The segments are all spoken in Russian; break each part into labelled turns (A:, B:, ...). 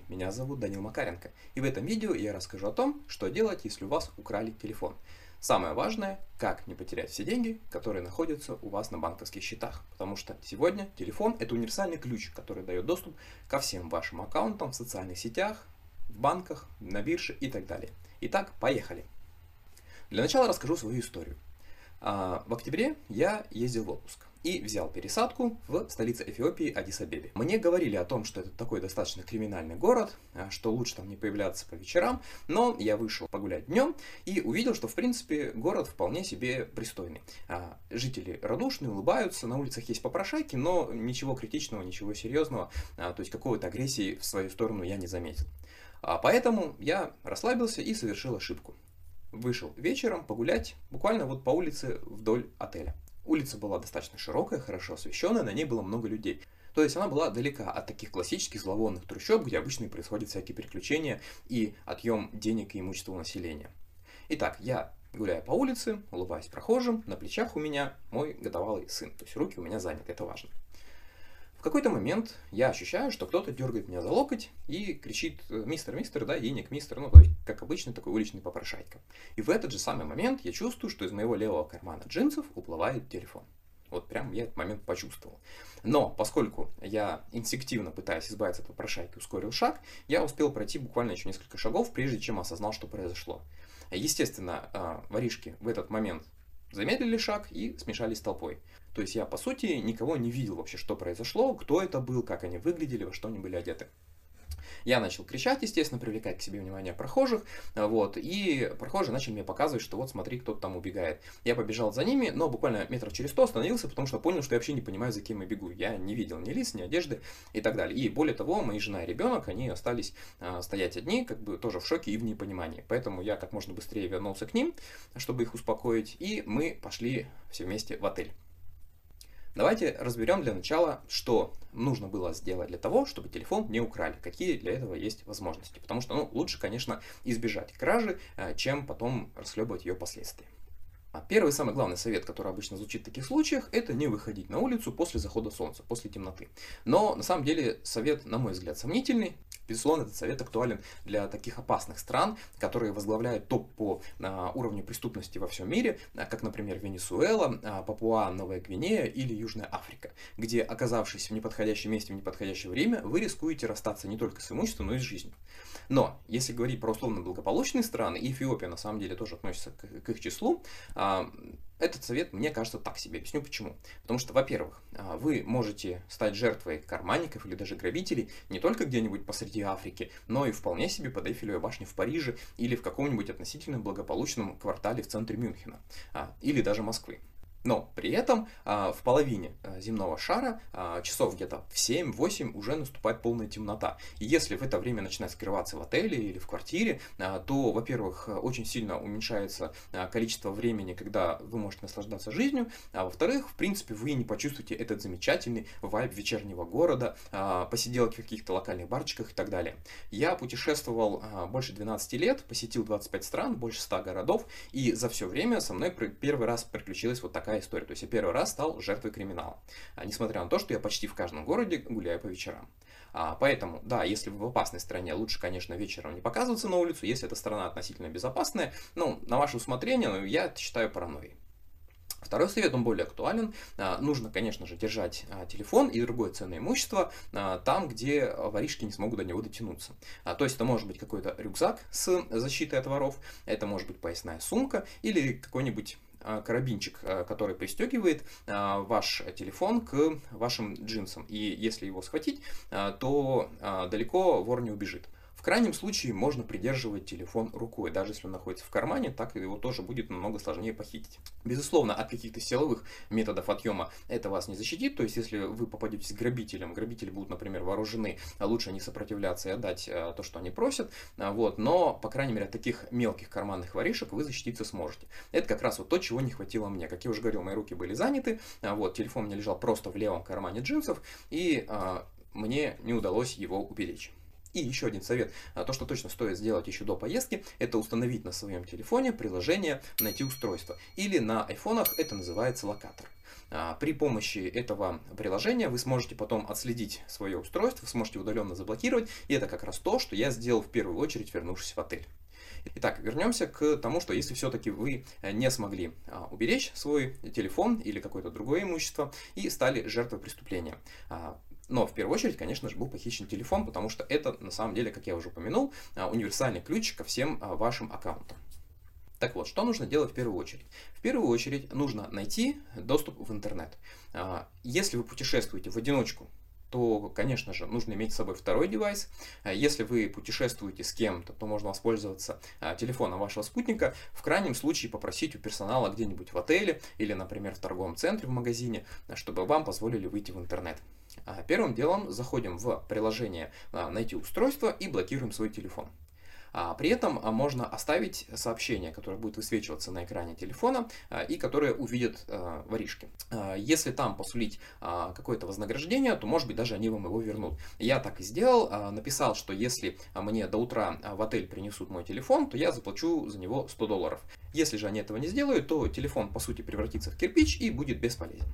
A: меня зовут Данил Макаренко, и в этом видео я расскажу о том, что делать, если у вас украли телефон. Самое важное, как не потерять все деньги, которые находятся у вас на банковских счетах, потому что сегодня телефон – это универсальный ключ, который дает доступ ко всем вашим аккаунтам в социальных сетях, в банках, на бирже и так далее. Итак, поехали! Для начала расскажу свою историю. В октябре я ездил в отпуск и взял пересадку в столице Эфиопии Аддис-Абебе. Мне говорили о том, что это такой достаточно криминальный город, что лучше там не появляться по вечерам, но я вышел погулять днем и увидел, что в принципе город вполне себе пристойный. Жители радушные, улыбаются, на улицах есть попрошайки, но ничего критичного, ничего серьезного, то есть какой-то агрессии в свою сторону я не заметил. Поэтому я расслабился и совершил ошибку. Вышел вечером погулять буквально вот по улице вдоль отеля. Улица была достаточно широкая, хорошо освещенная, на ней было много людей. То есть она была далека от таких классических зловонных трущоб, где обычно происходят всякие приключения и отъем денег и имущества у населения. Итак, я гуляю по улице, улыбаюсь прохожим, на плечах у меня мой годовалый сын, то есть руки у меня заняты, это важно. В какой-то момент я ощущаю, что кто-то дергает меня за локоть и кричит: мистер, мистер, дай денег, мистер, ну то есть как обычно такой уличный попрошайка. И в этот же самый момент я чувствую, что из моего левого кармана джинсов уплывает телефон. Вот прям я этот момент почувствовал. Но поскольку я инстинктивно, пытаясь избавиться от попрошайки, ускорил шаг, я успел пройти буквально еще несколько шагов, прежде чем осознал, что произошло. Естественно, воришки в этот момент замедлили шаг и смешались с толпой. То есть я, по сути, никого не видел вообще, что произошло, кто это был, как они выглядели, во что они были одеты. Я начал кричать, естественно, привлекать к себе внимание прохожих, вот, и прохожие начали мне показывать, что вот смотри, кто-то там убегает. Я побежал за ними, но буквально метров через 100 остановился, потому что понял, что я вообще не понимаю, за кем я бегу. Я не видел ни лиц, ни одежды и так далее. И более того, моя жена и ребенок, они остались стоять одни, как бы тоже в шоке и в непонимании. Поэтому я как можно быстрее вернулся к ним, чтобы их успокоить, и мы пошли все вместе в отель. Давайте разберем для начала, что нужно было сделать для того, чтобы телефон не украли, какие для этого есть возможности. Потому что лучше, конечно, избежать кражи, чем потом расхлебывать ее последствия. Первый самый главный совет, который обычно звучит в таких случаях, это не выходить на улицу после захода солнца, после темноты. Но на самом деле совет, на мой взгляд, сомнительный. Безусловно, этот совет актуален для таких опасных стран, которые возглавляют топ по уровню преступности во всем мире, как, например, Венесуэла, Папуа, Новая Гвинея или Южная Африка, где, оказавшись в неподходящем месте в неподходящее время, вы рискуете расстаться не только с имуществом, но и с жизнью. Но, если говорить про условно благополучные страны, и Эфиопия на самом деле тоже относится к их числу, этот совет, мне кажется, так себе. Объясню почему. Потому что, во-первых, вы можете стать жертвой карманников или даже грабителей не только где-нибудь посреди Африки, но и вполне себе под Эйфелевой башней в Париже или в каком-нибудь относительно благополучном квартале в центре Мюнхена или даже Москвы. Но при этом в половине земного шара часов где-то в 7-8 уже наступает полная темнота. И если в это время начинать скрываться в отеле или в квартире, то, во-первых, очень сильно уменьшается количество времени, когда вы можете наслаждаться жизнью, а во-вторых, в принципе, вы не почувствуете этот замечательный вайб вечернего города, посиделки в каких-то локальных барчиках и так далее. Я путешествовал больше 12 лет, посетил 25 стран, больше 100 городов, и за все время со мной первый раз приключилась вот такая история. То есть я первый раз стал жертвой криминала. Несмотря на то, что я почти в каждом городе гуляю по вечерам. Поэтому, да, если вы в опасной стране, лучше, конечно, вечером не показываться на улицу. Если эта страна относительно безопасная, на ваше усмотрение, я это считаю паранойей. Второй совет, он более актуален. Нужно, конечно же, держать телефон и другое ценное имущество там, где воришки не смогут до него дотянуться. То есть это может быть какой-то рюкзак с защитой от воров, это может быть поясная сумка или какой-нибудь карабинчик, который пристегивает ваш телефон к вашим джинсам. И если его схватить, то далеко вор не убежит. В крайнем случае можно придерживать телефон рукой, даже если он находится в кармане, так его тоже будет намного сложнее похитить. Безусловно, от каких-то силовых методов отъема это вас не защитит, то есть если вы попадетесь к грабителям, грабители будут, например, вооружены, лучше не сопротивляться и отдать то, что они просят, но, по крайней мере, от таких мелких карманных воришек вы защититься сможете. Это как раз вот то, чего не хватило мне. Как я уже говорил, мои руки были заняты, телефон у меня лежал просто в левом кармане джинсов, и мне не удалось его уберечь. И еще один совет, то, что точно стоит сделать еще до поездки, это установить на своем телефоне приложение «Найти устройство». Или на айфонах это называется локатор. При помощи этого приложения вы сможете потом отследить свое устройство, сможете удаленно заблокировать. И это как раз то, что я сделал в первую очередь, вернувшись в отель. Итак, вернемся к тому, что если все-таки вы не смогли уберечь свой телефон или какое-то другое имущество и стали жертвой преступления. Но в первую очередь, конечно же, был похищен телефон, потому что это, на самом деле, как я уже упомянул, универсальный ключ ко всем вашим аккаунтам. Так вот, что нужно делать в первую очередь? В первую очередь нужно найти доступ в интернет. Если вы путешествуете в одиночку, то, конечно же, нужно иметь с собой второй девайс. Если вы путешествуете с кем-то, то можно воспользоваться телефоном вашего спутника. В крайнем случае попросить у персонала где-нибудь в отеле или, например, в торговом центре, в магазине, чтобы вам позволили выйти в интернет. Первым делом заходим в приложение «Найти устройство» и блокируем свой телефон. При этом можно оставить сообщение, которое будет высвечиваться на экране телефона и которое увидят воришки. Если там посулить какое-то вознаграждение, то, может быть, даже они вам его вернут. Я так и сделал. Написал, что если мне до утра в отель принесут мой телефон, то я заплачу за него $100. Если же они этого не сделают, то телефон, по сути, превратится в кирпич и будет бесполезен.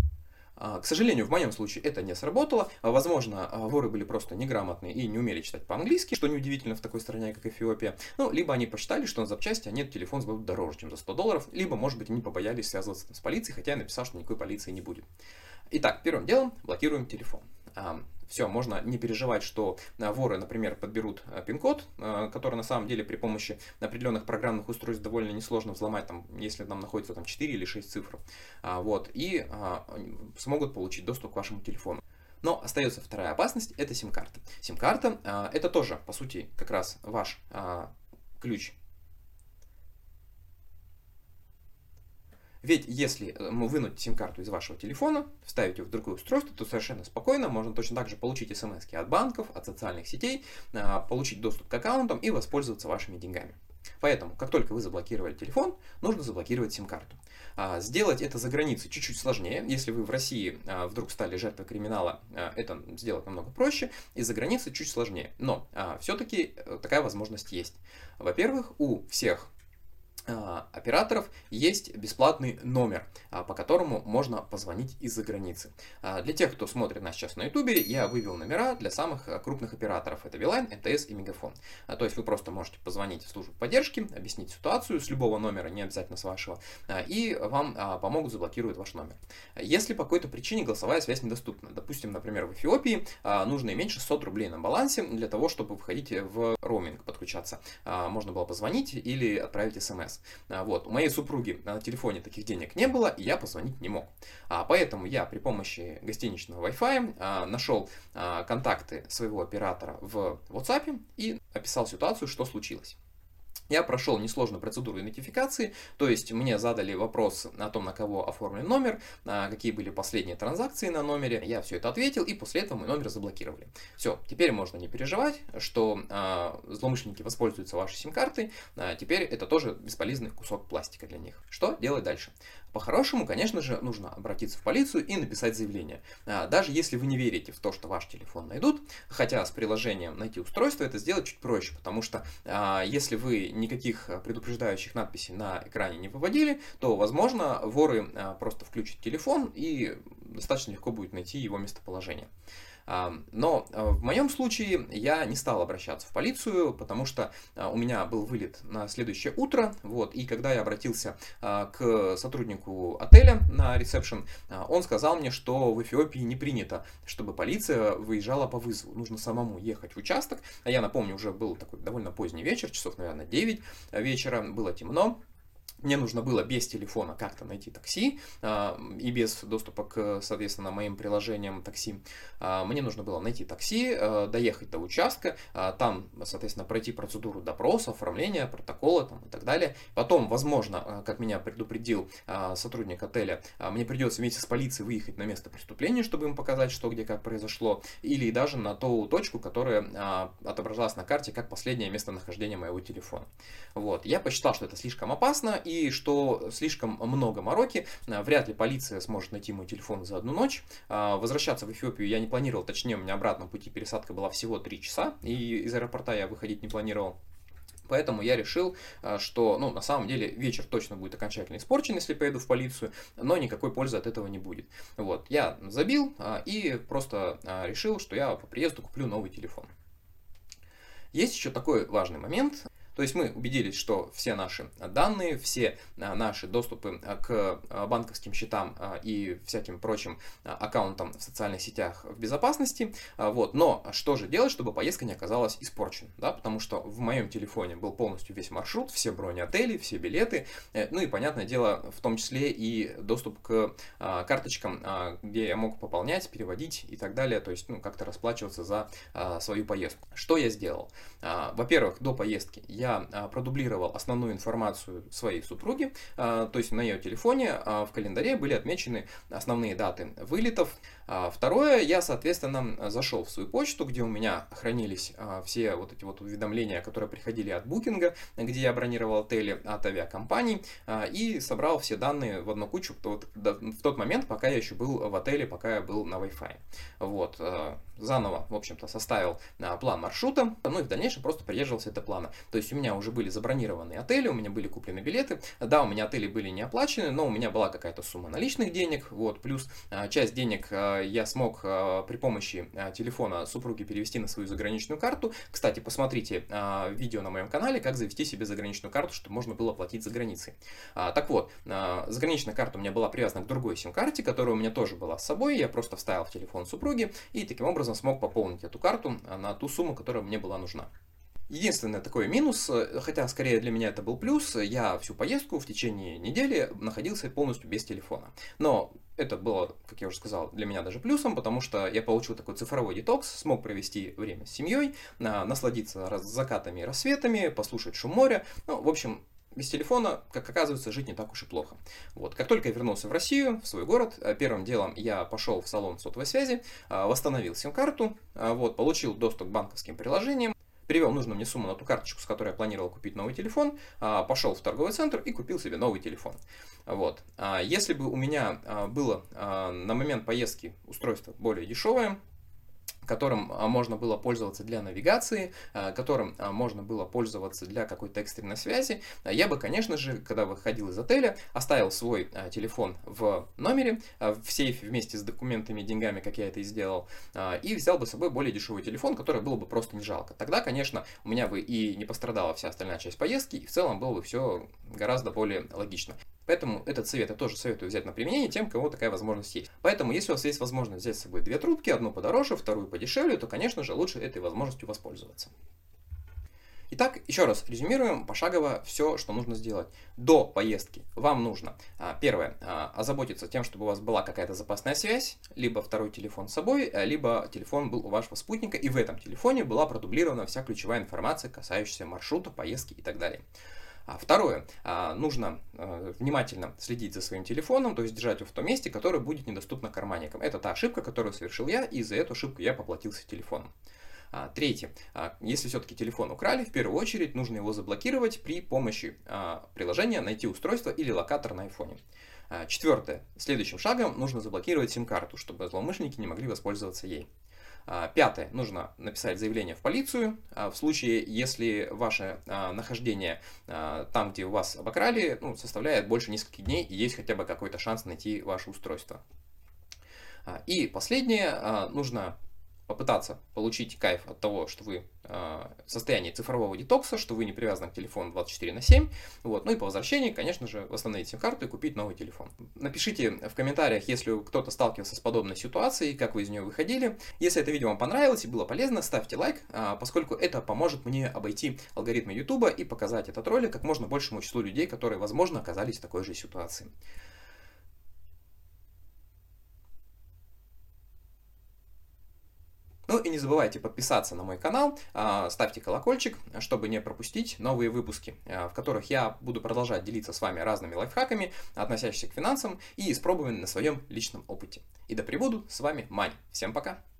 A: К сожалению, в моем случае это не сработало. Возможно, воры были просто неграмотные и не умели читать по-английски, что неудивительно в такой стране, как Эфиопия. Ну, либо они посчитали, что на запчасти они этот телефон сдадут дороже, чем за $100, либо, может быть, они побоялись связываться с полицией, хотя я написал, что никакой полиции не будет. Итак, первым делом блокируем телефон. Все, можно не переживать, что воры, например, подберут пин-код, который на самом деле при помощи определенных программных устройств довольно несложно взломать, там, если там находится 4 или 6 цифр, и смогут получить доступ к вашему телефону. Но остается вторая опасность, это сим-карта. Сим-карта это тоже, по сути, как раз ваш ключ. Ведь если вынуть сим-карту из вашего телефона, вставить ее в другое устройство, то совершенно спокойно можно точно так же получить смс от банков, от социальных сетей, получить доступ к аккаунтам и воспользоваться вашими деньгами. Поэтому, как только вы заблокировали телефон, нужно заблокировать сим-карту. Сделать это за границей чуть-чуть сложнее. Если вы в России вдруг стали жертвой криминала, это сделать намного проще. И за границей чуть сложнее. Но все-таки такая возможность есть. Во-первых, у всех операторов есть бесплатный номер, по которому можно позвонить из-за границы. Для тех, кто смотрит нас сейчас на ютубе, я вывел номера для самых крупных операторов. Это Билайн, МТС и Мегафон. То есть вы просто можете позвонить в службу поддержки, объяснить ситуацию с любого номера, не обязательно с вашего, и вам помогут заблокировать ваш номер. Если по какой-то причине голосовая связь недоступна, допустим, например, в Эфиопии нужно иметь 600 рублей на балансе для того, чтобы входить в роуминг, подключаться. Можно было позвонить или отправить смс. У моей супруги на телефоне таких денег не было, и я позвонить не мог. Поэтому я при помощи гостиничного Wi-Fi нашел контакты своего оператора в WhatsApp и описал ситуацию, что случилось. Я прошел несложную процедуру идентификации, то есть мне задали вопрос о том, на кого оформлен номер, какие были последние транзакции на номере. Я все это ответил, и после этого мой номер заблокировали. Все, теперь можно не переживать, что злоумышленники воспользуются вашей сим-картой. Теперь это тоже бесполезный кусок пластика для них. Что делать дальше? По-хорошему, конечно же, нужно обратиться в полицию и написать заявление. Даже если вы не верите в то, что ваш телефон найдут, хотя с приложением «Найти устройство» это сделать чуть проще, потому что если вы никаких предупреждающих надписей на экране не выводили, то, возможно, воры просто включат телефон и достаточно легко будет найти его местоположение. Но в моем случае я не стал обращаться в полицию, потому что у меня был вылет на следующее утро, и когда я обратился к сотруднику отеля на ресепшн, он сказал мне, что в Эфиопии не принято, чтобы полиция выезжала по вызову, нужно самому ехать в участок. А я напомню, уже был такой довольно поздний вечер, часов, наверное, 9 вечера, было темно. Мне нужно было без телефона как-то найти такси и без доступа к, соответственно, моим приложениям такси. Мне нужно было найти такси, доехать до участка, там, соответственно, пройти процедуру допроса, оформления протокола и так далее. Потом, возможно, как меня предупредил сотрудник отеля, мне придется вместе с полицией выехать на место преступления, чтобы им показать, что где как произошло, или даже на ту точку, которая отображалась на карте как последнее местонахождение моего телефона. Я посчитал, что это слишком опасно, сложно и что слишком много мороки. Вряд ли полиция сможет найти мой телефон за одну ночь. Возвращаться в Эфиопию я не планировал, точнее, у меня обратном пути пересадка была всего 3 часа, и из аэропорта я выходить не планировал. Поэтому я решил, что, на самом деле, вечер точно будет окончательно испорчен, если поеду в полицию, но никакой пользы от этого не будет. Вот, я забил и просто решил, что я по приезду куплю новый телефон. Есть еще такой важный момент. То есть мы убедились, что все наши данные, все наши доступы к банковским счетам и всяким прочим аккаунтам в социальных сетях в безопасности. Вот. Но что же делать, чтобы поездка не оказалась испорченной? Да? Потому что в моем телефоне был полностью весь маршрут, все брони отелей, все билеты. Ну и, понятное дело, в том числе и доступ к карточкам, где я мог пополнять, переводить и так далее. То есть как-то расплачиваться за свою поездку. Что я сделал? Во-первых, до поездки я продублировал основную информацию своей супруги, то есть на ее телефоне в календаре были отмечены основные даты вылетов. Второе, я, соответственно, зашел в свою почту, где у меня хранились все вот эти вот уведомления, которые приходили от букинга, где я бронировал отели от авиакомпаний, и собрал все данные в одну кучу в тот момент, пока я еще был в отеле, пока я был на Wi-Fi. Вот. Заново, в общем-то, составил план маршрута, ну и в дальнейшем просто придерживался этого плана. То есть у меня уже были забронированы отели, у меня были куплены билеты. Да, у меня отели были не оплачены, но у меня была какая-то сумма наличных денег, вот, плюс часть денег я смог при помощи телефона супруги перевести на свою заграничную карту. Кстати, посмотрите видео на моем канале, как завести себе заграничную карту, чтобы можно было платить за границей. Так вот, заграничная карта у меня была привязана к другой сим-карте, которая у меня тоже была с собой, я просто вставил в телефон супруги и таким образом смог пополнить эту карту на ту сумму, которая мне была нужна. Единственный такой минус, хотя скорее для меня это был плюс, я всю поездку в течение недели находился полностью без телефона. Но это было, как я уже сказал, для меня даже плюсом, потому что я получил такой цифровой детокс, смог провести время с семьей, насладиться закатами и рассветами, послушать шум моря. Ну, в общем, без телефона, как оказывается, жить не так уж и плохо. Вот. Как только я вернулся в Россию, в свой город, первым делом я пошел в салон сотовой связи, восстановил сим-карту, вот, получил доступ к банковским приложениям, перевел нужную мне сумму на ту карточку, с которой я планировал купить новый телефон, пошел в торговый центр и купил себе новый телефон. Вот. Если бы у меня было на момент поездки устройство более дешевое, которым можно было пользоваться для навигации, которым можно было пользоваться для какой-то экстренной связи, я бы, конечно же, когда выходил из отеля, оставил свой телефон в номере, в сейфе вместе с документами и деньгами, как я это и сделал, и взял бы с собой более дешевый телефон, который было бы просто не жалко. Тогда, конечно, у меня бы и не пострадала вся остальная часть поездки, и в целом было бы все гораздо более логично. Поэтому этот совет я тоже советую взять на применение тем, у кого такая возможность есть. Поэтому, если у вас есть возможность взять с собой 2 трубки, одну подороже, вторую подешевле, то, конечно же, лучше этой возможностью воспользоваться. Итак, еще раз резюмируем пошагово все, что нужно сделать. До поездки вам нужно, первое, озаботиться тем, чтобы у вас была какая-то запасная связь, либо второй телефон с собой, либо телефон был у вашего спутника, и в этом телефоне была продублирована вся ключевая информация, касающаяся маршрута, поездки и так далее. Второе, нужно внимательно следить за своим телефоном, то есть держать его в том месте, которое будет недоступно карманникам. Это та ошибка, которую совершил я, и за эту ошибку я поплатился телефоном. Третье, если все-таки телефон украли, в первую очередь нужно его заблокировать при помощи приложения «Найти устройство» или локатор на айфоне. Четвертое, следующим шагом нужно заблокировать сим-карту, чтобы злоумышленники не могли воспользоваться ей. Пятое. Нужно написать заявление в полицию в случае, если ваше нахождение там, где вас обокрали, составляет больше нескольких дней и есть хотя бы какой-то шанс найти ваше устройство. И последнее. Нужно попытаться получить кайф от того, что вы в состоянии цифрового детокса, что вы не привязаны к телефону 24/7. Вот. Ну и по возвращении, конечно же, восстановить сим-карту и купить новый телефон. Напишите в комментариях, если кто-то сталкивался с подобной ситуацией, как вы из нее выходили. Если это видео вам понравилось и было полезно, ставьте лайк, поскольку это поможет мне обойти алгоритмы YouTube и показать этот ролик как можно большему числу людей, которые, возможно, оказались в такой же ситуации. Ну и не забывайте подписаться на мой канал, ставьте колокольчик, чтобы не пропустить новые выпуски, в которых я буду продолжать делиться с вами разными лайфхаками, относящимися к финансам и испробованными на своем личном опыте. И да пребудут с вами Мань. Всем пока!